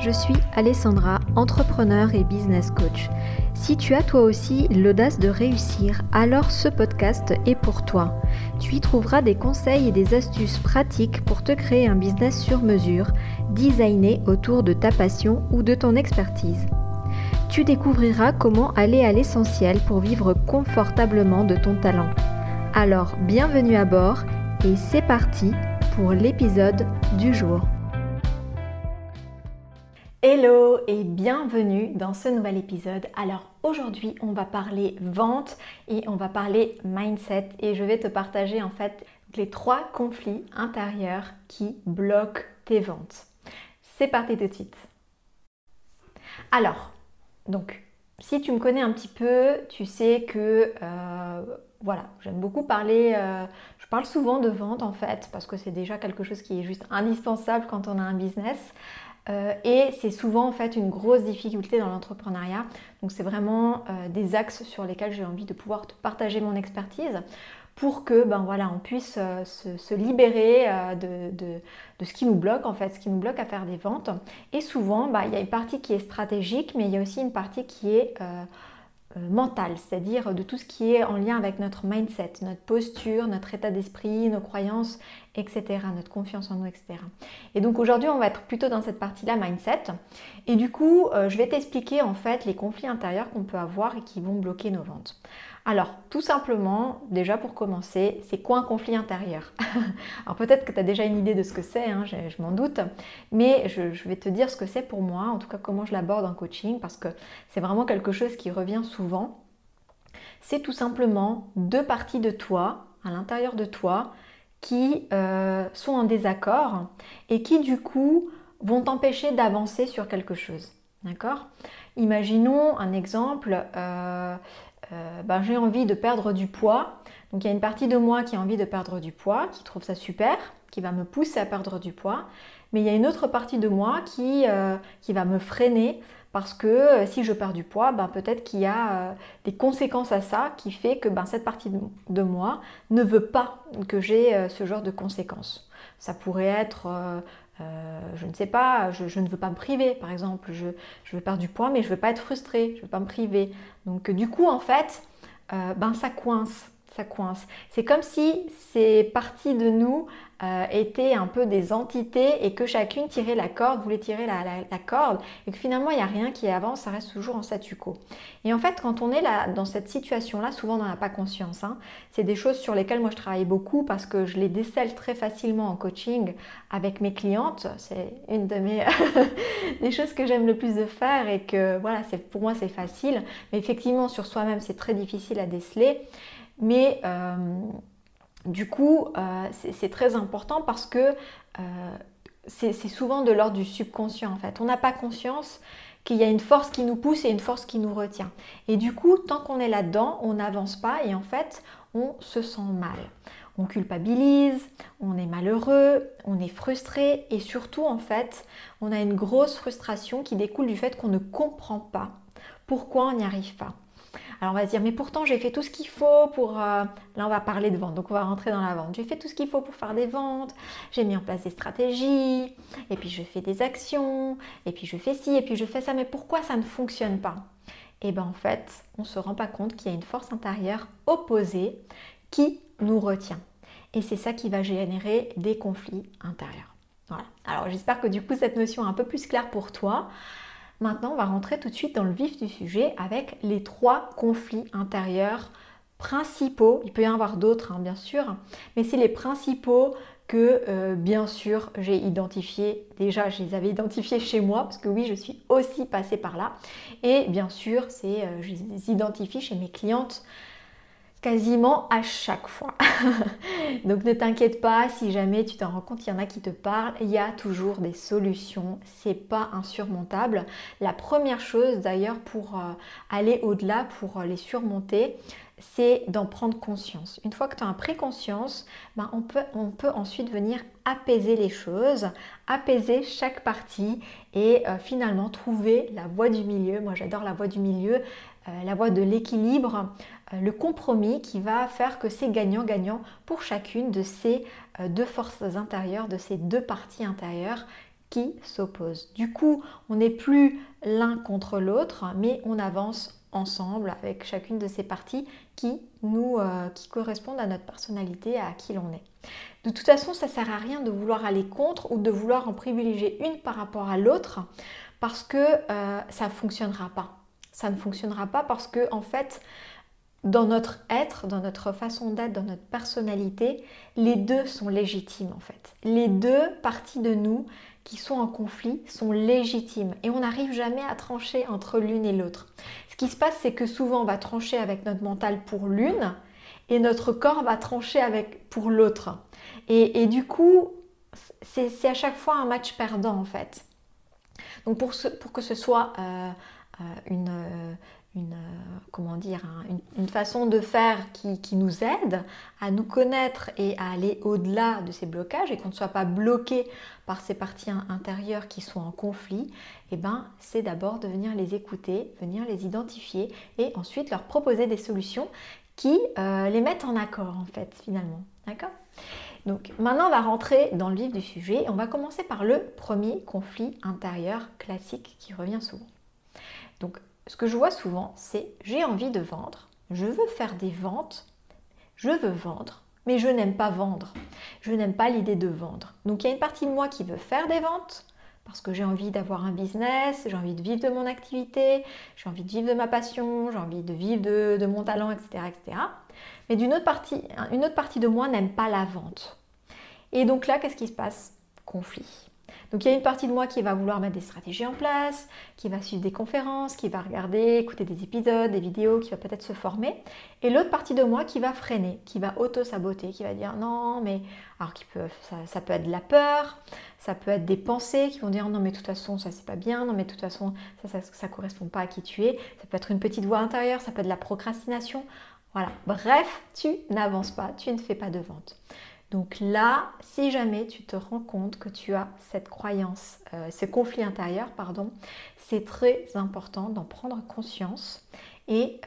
je suis Alessandra, entrepreneur et business coach. Si tu as toi aussi l'audace de réussir, alors ce podcast est pour toi. Tu y trouveras des conseils et des astuces pratiques pour te créer un business sur mesure, designé autour de ta passion ou de ton expertise. Tu découvriras comment aller à l'essentiel pour vivre confortablement de ton talent. Alors, bienvenue à bord et c'est parti pour l'épisode du jour. Hello et bienvenue dans ce nouvel épisode. Alors aujourd'hui on va parler vente et on va parler mindset et je vais te partager en fait les 3 conflits intérieurs qui bloquent tes ventes. C'est parti tout de suite. Alors, donc si tu me connais un petit peu, tu sais que j'aime beaucoup parler, je parle souvent de vente en fait parce que c'est déjà quelque chose qui est juste indispensable quand on a un business. Et c'est souvent en fait une grosse difficulté dans l'entrepreneuriat. Donc c'est vraiment des axes sur lesquels j'ai envie de pouvoir te partager mon expertise pour que on puisse se libérer de ce qui nous bloque en fait, ce qui nous bloque à faire des ventes. Et souvent, il y a une partie qui est stratégique, mais il y a aussi une partie qui est mentale, c'est-à-dire de tout ce qui est en lien avec notre mindset, notre posture, notre état d'esprit, nos croyances, etc., notre confiance en nous, etc. Et donc aujourd'hui, on va être plutôt dans cette partie-là, mindset. Et du coup, je vais t'expliquer en fait les conflits intérieurs qu'on peut avoir et qui vont bloquer nos ventes. Alors, tout simplement, déjà pour commencer, c'est quoi un conflit intérieur? Alors peut-être que tu as déjà une idée de ce que c'est, hein, je m'en doute, mais je vais te dire ce que c'est pour moi, en tout cas comment je l'aborde en coaching, parce que c'est vraiment quelque chose qui revient souvent. C'est tout simplement 2 parties de toi, à l'intérieur de toi, qui sont en désaccord et qui du coup vont t'empêcher d'avancer sur quelque chose. D'accord? Imaginons un exemple, j'ai envie de perdre du poids. Donc il y a une partie de moi qui a envie de perdre du poids, qui trouve ça super, qui va me pousser à perdre du poids. Mais il y a une autre partie de moi qui va me freiner parce que si je perds du poids, peut-être qu'il y a des conséquences à ça qui fait que cette partie de moi ne veut pas que j'ai ce genre de conséquences. Ça pourrait être, je ne sais pas, je ne veux pas me priver par exemple, je veux perdre du poids mais je ne veux pas être frustrée, je ne veux pas me priver. Donc du coup en fait, ça coince. Ça coince. C'est comme si ces parties de nous étaient un peu des entités et que chacune tirait la corde, voulait tirer la corde et que finalement il n'y a rien qui avance, ça reste toujours en statu quo. Et en fait quand on est là dans cette situation-là, souvent on n'en a pas conscience. C'est des choses sur lesquelles moi je travaille beaucoup parce que je les décèle très facilement en coaching avec mes clientes. C'est une de mes des choses que j'aime le plus de faire et que pour moi c'est facile. Mais effectivement sur soi-même c'est très difficile à déceler. Mais du coup, c'est très important parce que c'est souvent de l'ordre du subconscient en fait. On n'a pas conscience qu'il y a une force qui nous pousse et une force qui nous retient. Et du coup, tant qu'on est là-dedans, on n'avance pas et en fait, on se sent mal. On culpabilise, on est malheureux, on est frustré et surtout en fait, on a une grosse frustration qui découle du fait qu'on ne comprend pas pourquoi on n'y arrive pas. Alors on va se dire, mais pourtant j'ai fait tout ce qu'il faut pour... Là on va parler de vente, donc on va rentrer dans la vente. J'ai fait tout ce qu'il faut pour faire des ventes, j'ai mis en place des stratégies, et puis je fais des actions, et puis je fais ci, et puis je fais ça, mais pourquoi ça ne fonctionne pas? Et en fait, on ne se rend pas compte qu'il y a une force intérieure opposée qui nous retient. Et c'est ça qui va générer des conflits intérieurs. Voilà. Alors j'espère que du coup cette notion est un peu plus claire pour toi. Maintenant, on va rentrer tout de suite dans le vif du sujet avec les 3 conflits intérieurs principaux. Il peut y en avoir d'autres, bien sûr, mais c'est les principaux que, bien sûr, j'ai identifiés. Déjà, je les avais identifiés chez moi, parce que oui, je suis aussi passée par là. Et bien sûr, je les identifie chez mes clientes quasiment à chaque fois. Donc ne t'inquiète pas, si jamais tu t'en rends compte, il y en a qui te parlent, il y a toujours des solutions, c'est pas insurmontable. La première chose d'ailleurs pour aller au-delà, pour les surmonter, c'est d'en prendre conscience. Une fois que tu as pris conscience, on peut ensuite venir apaiser les choses, apaiser chaque partie et finalement trouver la voie du milieu. Moi j'adore la voie du milieu, la voie de l'équilibre, le compromis qui va faire que c'est gagnant-gagnant pour chacune de ces 2 forces intérieures, de ces 2 parties intérieures qui s'opposent. Du coup, on n'est plus l'un contre l'autre, mais on avance ensemble avec chacune de ces parties qui correspondent à notre personnalité, à qui l'on est. De toute façon, ça ne sert à rien de vouloir aller contre ou de vouloir en privilégier une par rapport à l'autre parce que ça ne fonctionnera pas. Ça ne fonctionnera pas parce que, en fait, dans notre être, dans notre façon d'être, dans notre personnalité, les deux sont légitimes en fait. Les deux parties de nous qui sont en conflit sont légitimes et on n'arrive jamais à trancher entre l'une et l'autre. Ce qui se passe, c'est que souvent on va trancher avec notre mental pour l'une et notre corps va trancher pour l'autre. Et du coup, c'est à chaque fois un match perdant en fait. Donc pour que ce soit une façon de faire qui nous aide à nous connaître et à aller au-delà de ces blocages et qu'on ne soit pas bloqué par ces parties intérieures qui sont en conflit, c'est d'abord de venir les écouter, venir les identifier et ensuite leur proposer des solutions qui les mettent en accord en fait finalement. D'accord ? Donc maintenant on va rentrer dans le vif du sujet et on va commencer par le premier conflit intérieur classique qui revient souvent. Donc ce que je vois souvent, c'est j'ai envie de vendre, je veux faire des ventes, je veux vendre, mais je n'aime pas vendre. Je n'aime pas l'idée de vendre. Donc il y a une partie de moi qui veut faire des ventes parce que j'ai envie d'avoir un business, j'ai envie de vivre de mon activité, j'ai envie de vivre de ma passion, j'ai envie de vivre de mon talent, etc., etc. Mais une autre partie de moi n'aime pas la vente. Et donc là, qu'est-ce qui se passe ? Conflit. Donc il y a une partie de moi qui va vouloir mettre des stratégies en place, qui va suivre des conférences, qui va regarder, écouter des épisodes, des vidéos, qui va peut-être se former. Et l'autre partie de moi qui va freiner, qui va auto-saboter, qui va dire non mais... Alors ça peut être de la peur, ça peut être des pensées qui vont dire non mais de toute façon ça c'est pas bien, non mais de toute façon ça correspond pas à qui tu es. Ça peut être une petite voix intérieure, ça peut être de la procrastination. Voilà, bref, tu n'avances pas, tu ne fais pas de vente. Donc là, si jamais tu te rends compte que tu as cette croyance, ce conflit intérieur, c'est très important d'en prendre conscience et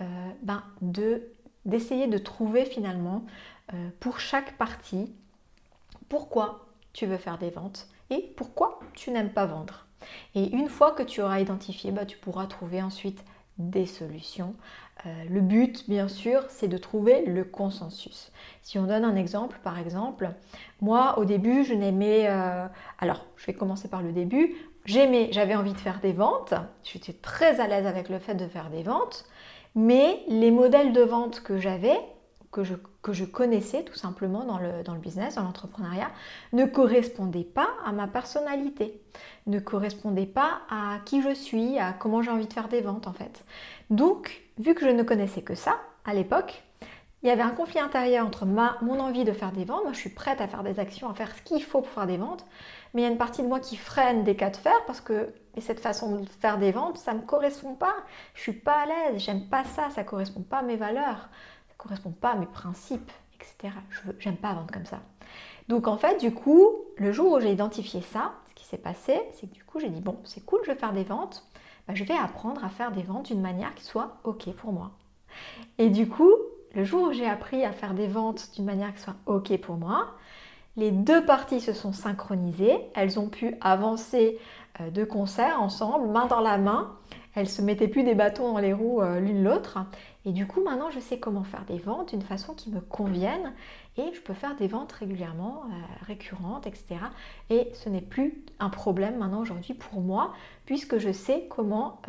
d'essayer de trouver finalement pour chaque partie pourquoi tu veux faire des ventes et pourquoi tu n'aimes pas vendre. Et une fois que tu auras identifié, tu pourras trouver ensuite des solutions. Le but, bien sûr, c'est de trouver le consensus. Si on donne un exemple, par exemple, moi, au début, je n'aimais... alors, je vais commencer par le début. J'avais envie de faire des ventes. J'étais très à l'aise avec le fait de faire des ventes. Mais les modèles de vente que j'avais, que je connaissais tout simplement dans le business, dans l'entrepreneuriat, ne correspondaient pas à ma personnalité, ne correspondaient pas à qui je suis, à comment j'ai envie de faire des ventes en fait. Donc, vu que je ne connaissais que ça à l'époque, il y avait un conflit intérieur entre mon envie de faire des ventes, moi je suis prête à faire des actions, à faire ce qu'il faut pour faire des ventes, mais il y a une partie de moi qui freine des cas de fer parce que cette façon de faire des ventes, ça ne me correspond pas, je suis pas à l'aise, j'aime pas ça, ça ne correspond pas à mes valeurs, ça ne correspond pas à mes principes, etc. J'aime pas vendre comme ça. Donc en fait, du coup, le jour où j'ai identifié ça, ce qui s'est passé, c'est que du coup j'ai dit bon, c'est cool, je vais faire des ventes, je vais apprendre à faire des ventes d'une manière qui soit ok pour moi. Et du coup, le jour où j'ai appris à faire des ventes d'une manière qui soit ok pour moi, les deux parties se sont synchronisées, elles ont pu avancer de concert ensemble, main dans la main, elles se mettaient plus des bâtons dans les roues l'une l'autre. Et du coup, maintenant, je sais comment faire des ventes d'une façon qui me convienne et je peux faire des ventes régulièrement, récurrentes, etc. Et ce n'est plus un problème maintenant aujourd'hui pour moi puisque je sais comment...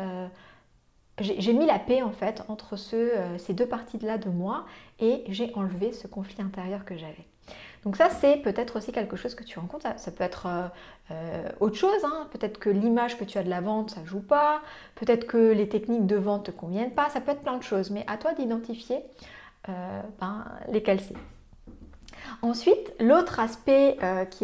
j'ai mis la paix en fait entre ces deux parties-là de moi et j'ai enlevé ce conflit intérieur que j'avais. Donc ça, c'est peut-être aussi quelque chose que tu rencontres. Ça peut être autre chose. Hein. Peut-être que l'image que tu as de la vente, ça ne joue pas. Peut-être que les techniques de vente ne te conviennent pas. Ça peut être plein de choses. Mais à toi d'identifier lesquelles c'est. Ensuite, l'autre aspect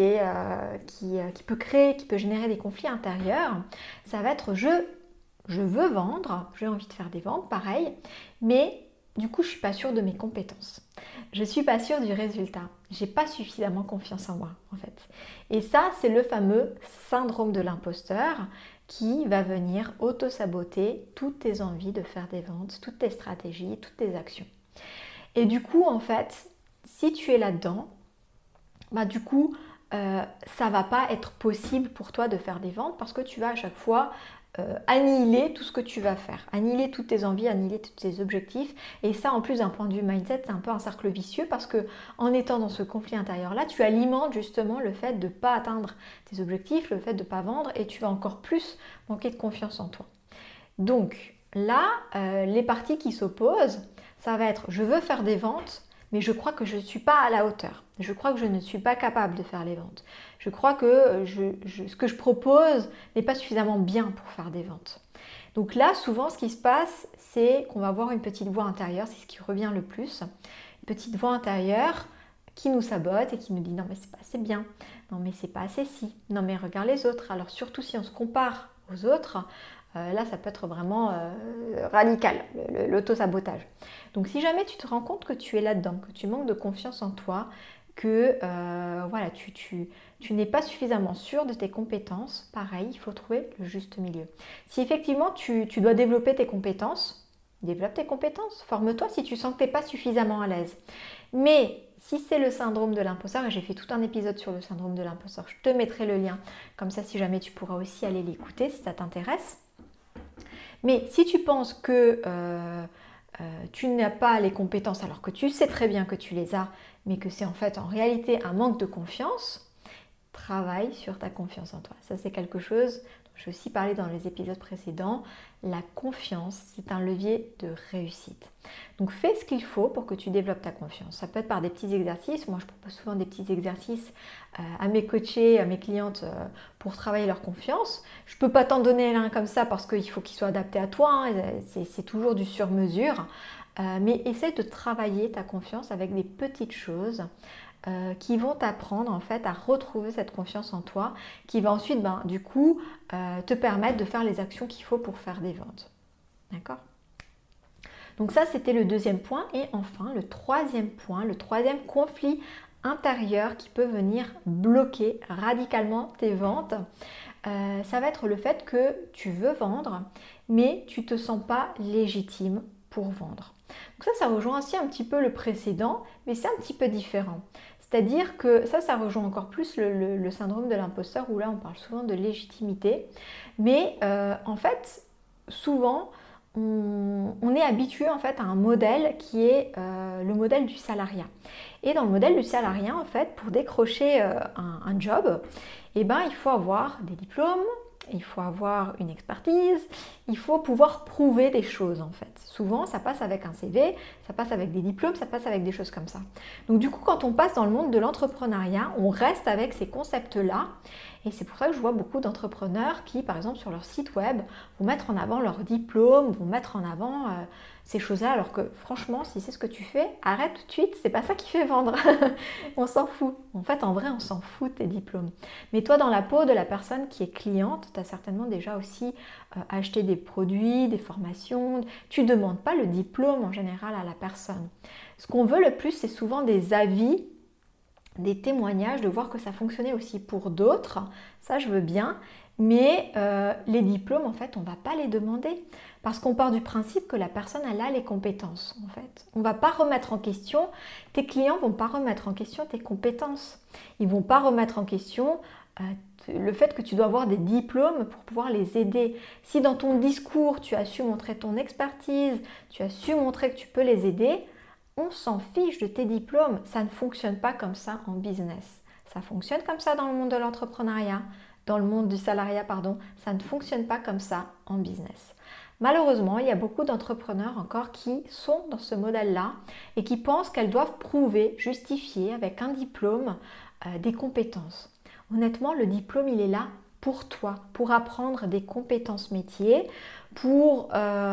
qui peut générer des conflits intérieurs, ça va être je veux vendre, j'ai envie de faire des ventes, pareil, mais du coup, je ne suis pas sûre de mes compétences. Je ne suis pas sûre du résultat. Je n'ai pas suffisamment confiance en moi, en fait. Et ça, c'est le fameux syndrome de l'imposteur qui va venir auto-saboter toutes tes envies de faire des ventes, toutes tes stratégies, toutes tes actions. Et du coup, en fait, si tu es là-dedans, du coup, ça va pas être possible pour toi de faire des ventes parce que tu vas à chaque fois annihiler tout ce que tu vas faire, annihiler toutes tes envies, annihiler tous tes objectifs. Et ça, en plus d'un point de vue mindset, c'est un peu un cercle vicieux parce que en étant dans ce conflit intérieur-là, tu alimentes justement le fait de ne pas atteindre tes objectifs, le fait de ne pas vendre, et tu vas encore plus manquer de confiance en toi. Donc là, les parties qui s'opposent, ça va être je veux faire des ventes, mais je crois que je ne suis pas à la hauteur. Je crois que je ne suis pas capable de faire les ventes. Je crois que ce que je propose n'est pas suffisamment bien pour faire des ventes. Donc là, souvent, ce qui se passe, c'est qu'on va avoir une petite voix intérieure, c'est ce qui revient le plus. Une petite voix intérieure qui nous sabote et qui nous dit non mais c'est pas assez bien, non mais c'est pas assez si, non mais regarde les autres. Alors surtout si on se compare aux autres, là ça peut être vraiment radical, l'auto-sabotage. Donc si jamais tu te rends compte que tu es là-dedans, que tu manques de confiance en toi, que voilà, tu n'es pas suffisamment sûr de tes compétences, pareil, il faut trouver le juste milieu. Si effectivement tu dois développer tes compétences, développe tes compétences, forme-toi si tu sens que tu n'es pas suffisamment à l'aise. Mais si c'est le syndrome de l'imposteur, et j'ai fait tout un épisode sur le syndrome de l'imposteur, je te mettrai le lien, comme ça si jamais tu pourras aussi aller l'écouter si ça t'intéresse. Mais si tu penses que tu n'as pas les compétences alors que tu sais très bien que tu les as, mais que c'est en fait en réalité un manque de confiance, travaille sur ta confiance en toi. Ça c'est quelque chose dont j'ai aussi parlé dans les épisodes précédents. La confiance, c'est un levier de réussite. Donc fais ce qu'il faut pour que tu développes ta confiance. Ça peut être par des petits exercices. Moi je propose souvent des petits exercices à mes coachés, à mes clientes pour travailler leur confiance. Je ne peux pas t'en donner un comme ça parce qu'il faut qu'il soit adapté à toi. Hein. C'est toujours du sur-mesure. Mais essaie de travailler ta confiance avec des petites choses qui vont t'apprendre en fait à retrouver cette confiance en toi, qui va ensuite du coup te permettre de faire les actions qu'il faut pour faire des ventes. D'accord ? Donc ça c'était le deuxième point. Et enfin le troisième point, le troisième conflit intérieur qui peut venir bloquer radicalement tes ventes, ça va être le fait que tu veux vendre mais tu ne te sens pas légitime pour vendre. Donc ça rejoint aussi un petit peu le précédent, mais c'est un petit peu différent. C'est-à-dire que ça rejoint encore plus le syndrome de l'imposteur où là on parle souvent de légitimité. Mais en fait, souvent, on est habitué en fait à un modèle qui est le modèle du salariat. Et dans le modèle du salariat, en fait, pour décrocher un job, il faut avoir des diplômes, il faut avoir une expertise, il faut pouvoir prouver des choses en fait. Souvent, ça passe avec un CV, ça passe avec des diplômes, ça passe avec des choses comme ça. Donc du coup, quand on passe dans le monde de l'entrepreneuriat, on reste avec ces concepts-là. Et c'est pour ça que je vois beaucoup d'entrepreneurs qui, par exemple, sur leur site web, vont mettre en avant leur diplôme, vont mettre en avant ces choses-là, alors que franchement, si c'est ce que tu fais, arrête tout de suite, c'est pas ça qui fait vendre. On s'en fout. En fait, en vrai, on s'en fout de tes diplômes. Mais toi, dans la peau de la personne qui est cliente, tu as certainement déjà aussi acheté des produits, des formations. Tu ne demandes pas le diplôme en général à la personne. Ce qu'on veut le plus, c'est souvent des avis, des témoignages, de voir que ça fonctionnait aussi pour d'autres. Ça, je veux bien. Mais les diplômes, en fait, on ne va pas les demander parce qu'on part du principe que la personne, elle a les compétences, en fait. On ne va pas remettre en question, tes clients ne vont pas remettre en question tes compétences. Ils ne vont pas remettre en question le fait que tu dois avoir des diplômes pour pouvoir les aider. Si dans ton discours, tu as su montrer ton expertise, tu as su montrer que tu peux les aider, on s'en fiche de tes diplômes. Ça ne fonctionne pas comme ça en business. Ça fonctionne comme ça dans le monde de l'entrepreneuriat. Dans le monde du salariat, ça ne fonctionne pas comme ça en business. Malheureusement, il y a beaucoup d'entrepreneurs encore qui sont dans ce modèle-là et qui pensent qu'elles doivent prouver, justifier avec un diplôme des compétences. Honnêtement, le diplôme, il est là pour toi, pour apprendre des compétences métiers, pour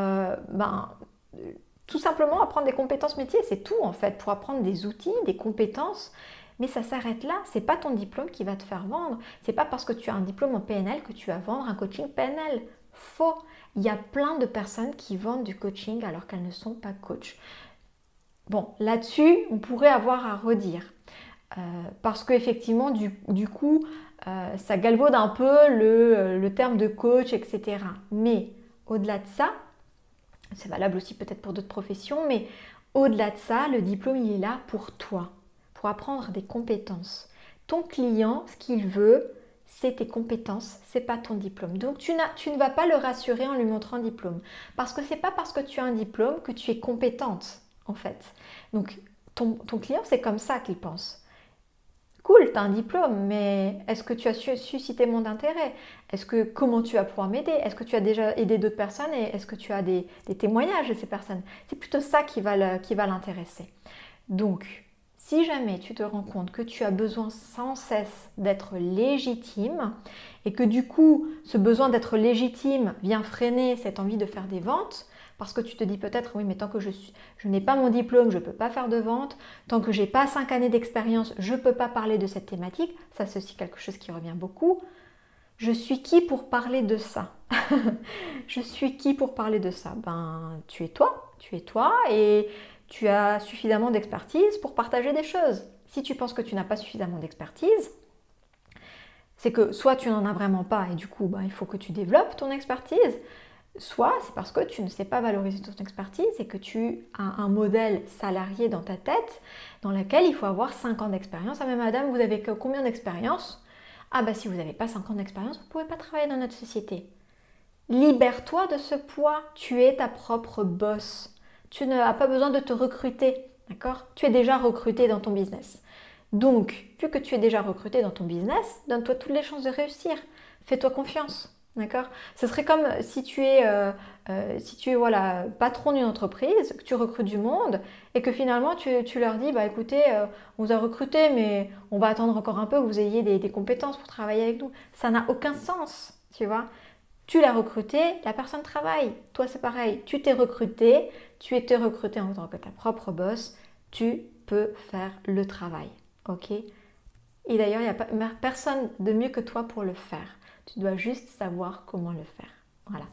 tout simplement apprendre des compétences métiers, c'est tout en fait, pour apprendre des outils, des compétences. Mais ça s'arrête là, c'est pas ton diplôme qui va te faire vendre. C'est pas parce que tu as un diplôme en PNL que tu vas vendre un coaching PNL. Faux. Il y a plein de personnes qui vendent du coaching alors qu'elles ne sont pas coach. Bon, là-dessus, on pourrait avoir à redire. Parce qu'effectivement, du coup, ça galvaude un peu le terme de coach, etc. Mais au-delà de ça, c'est valable aussi peut-être pour d'autres professions, mais au-delà de ça, le diplôme, il est là pour toi. Pour apprendre des compétences. Ton client, ce qu'il veut, c'est tes compétences, c'est pas ton diplôme. Donc tu ne vas pas le rassurer en lui montrant un diplôme. Parce que c'est pas parce que tu as un diplôme que tu es compétente, en fait. Donc ton client, c'est comme ça qu'il pense. Cool, tu as un diplôme, mais est-ce que tu as suscité mon intérêt? Comment tu vas pouvoir m'aider? Est-ce que tu as déjà aidé d'autres personnes et est-ce que tu as des témoignages de ces personnes? C'est plutôt ça qui va l'intéresser. Donc, si jamais tu te rends compte que tu as besoin sans cesse d'être légitime et que du coup, ce besoin d'être légitime vient freiner cette envie de faire des ventes, parce que tu te dis peut-être, oui, mais tant que je n'ai pas mon diplôme, je ne peux pas faire de vente. Tant que je n'ai pas 5 années d'expérience, je ne peux pas parler de cette thématique. Ça, c'est aussi quelque chose qui revient beaucoup. Je suis qui pour parler de ça? Je suis qui pour parler de ça? Ben, tu es toi et tu as suffisamment d'expertise pour partager des choses. Si tu penses que tu n'as pas suffisamment d'expertise, c'est que soit tu n'en as vraiment pas et du coup, ben, il faut que tu développes ton expertise, soit c'est parce que tu ne sais pas valoriser ton expertise et que tu as un modèle salarié dans ta tête dans lequel il faut avoir 5 ans d'expérience. Ah mais madame, vous avez combien d'expérience? Ah bah si vous n'avez pas 5 ans d'expérience, vous ne pouvez pas travailler dans notre société. Libère-toi de ce poids, tu es ta propre boss. Tu n'as pas besoin de te recruter, d'accord? Tu es déjà recruté dans ton business. Donc, vu que tu es déjà recruté dans ton business, donne-toi toutes les chances de réussir. Fais-toi confiance. D'accord? Ce serait comme si tu es, voilà, patron d'une entreprise, que tu recrutes du monde et que finalement tu leur dis, bah écoutez, on vous a recruté, mais on va attendre encore un peu que vous ayez des compétences pour travailler avec nous. Ça n'a aucun sens, tu vois? Tu l'as recruté, la personne travaille. Toi, c'est pareil. Tu t'es recruté, tu étais recruté en tant que ta propre boss. Tu peux faire le travail, ok? Et d'ailleurs, il n'y a personne de mieux que toi pour le faire. Tu dois juste savoir comment le faire. Voilà.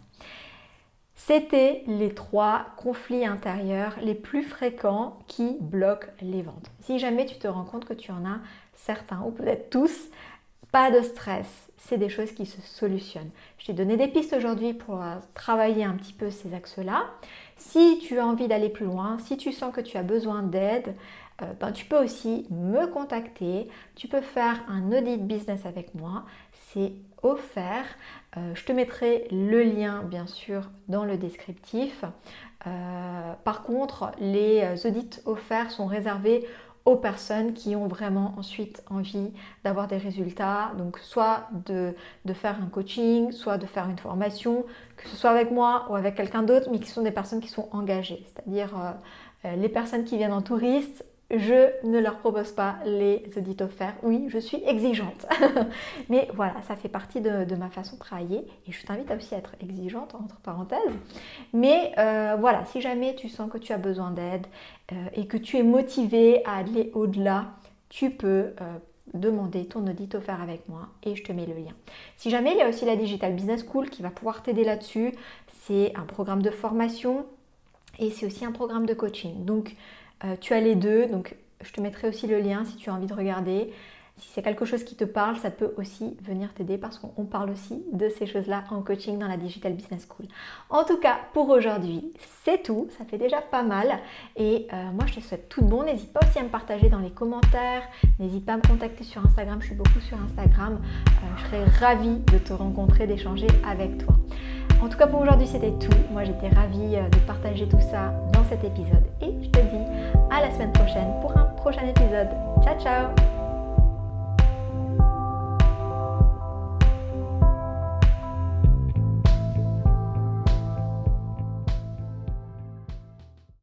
C'était les 3 conflits intérieurs les plus fréquents qui bloquent les ventes. Si jamais tu te rends compte que tu en as certains ou peut-être tous, pas de stress. C'est des choses qui se solutionnent. Je t'ai donné des pistes aujourd'hui pour travailler un petit peu ces axes-là. Si tu as envie d'aller plus loin, si tu sens que tu as besoin d'aide, tu peux aussi me contacter. Tu peux faire un audit business avec moi. C'est offert. Je te mettrai le lien, bien sûr, dans le descriptif. Par contre, les audits offerts sont réservés aux personnes qui ont vraiment ensuite envie d'avoir des résultats, donc soit de faire un coaching, soit de faire une formation, que ce soit avec moi ou avec quelqu'un d'autre, mais qui sont des personnes qui sont engagées, c'est-à-dire les personnes qui viennent en touriste, je ne leur propose pas les audits offerts. Oui, je suis exigeante. Mais voilà, ça fait partie de ma façon de travailler. Et je t'invite aussi à être exigeante, entre parenthèses. Mais voilà, si jamais tu sens que tu as besoin d'aide et que tu es motivé à aller au-delà, tu peux demander ton audit offert avec moi et je te mets le lien. Si jamais, il y a aussi la Digital Business School qui va pouvoir t'aider là-dessus. C'est un programme de formation et c'est aussi un programme de coaching. Donc, tu as les deux, donc je te mettrai aussi le lien si tu as envie de regarder. Si c'est quelque chose qui te parle, ça peut aussi venir t'aider parce qu'on parle aussi de ces choses-là en coaching dans la Digital Business School. En tout cas, pour aujourd'hui, c'est tout. Ça fait déjà pas mal. Et moi, je te souhaite tout de bon. N'hésite pas aussi à me partager dans les commentaires. N'hésite pas à me contacter sur Instagram. Je suis beaucoup sur Instagram. Je serais ravie de te rencontrer, d'échanger avec toi. En tout cas, pour aujourd'hui, c'était tout. Moi, j'étais ravie de partager tout ça dans cet épisode. Et je te dis à la semaine prochaine pour un prochain épisode. Ciao, ciao!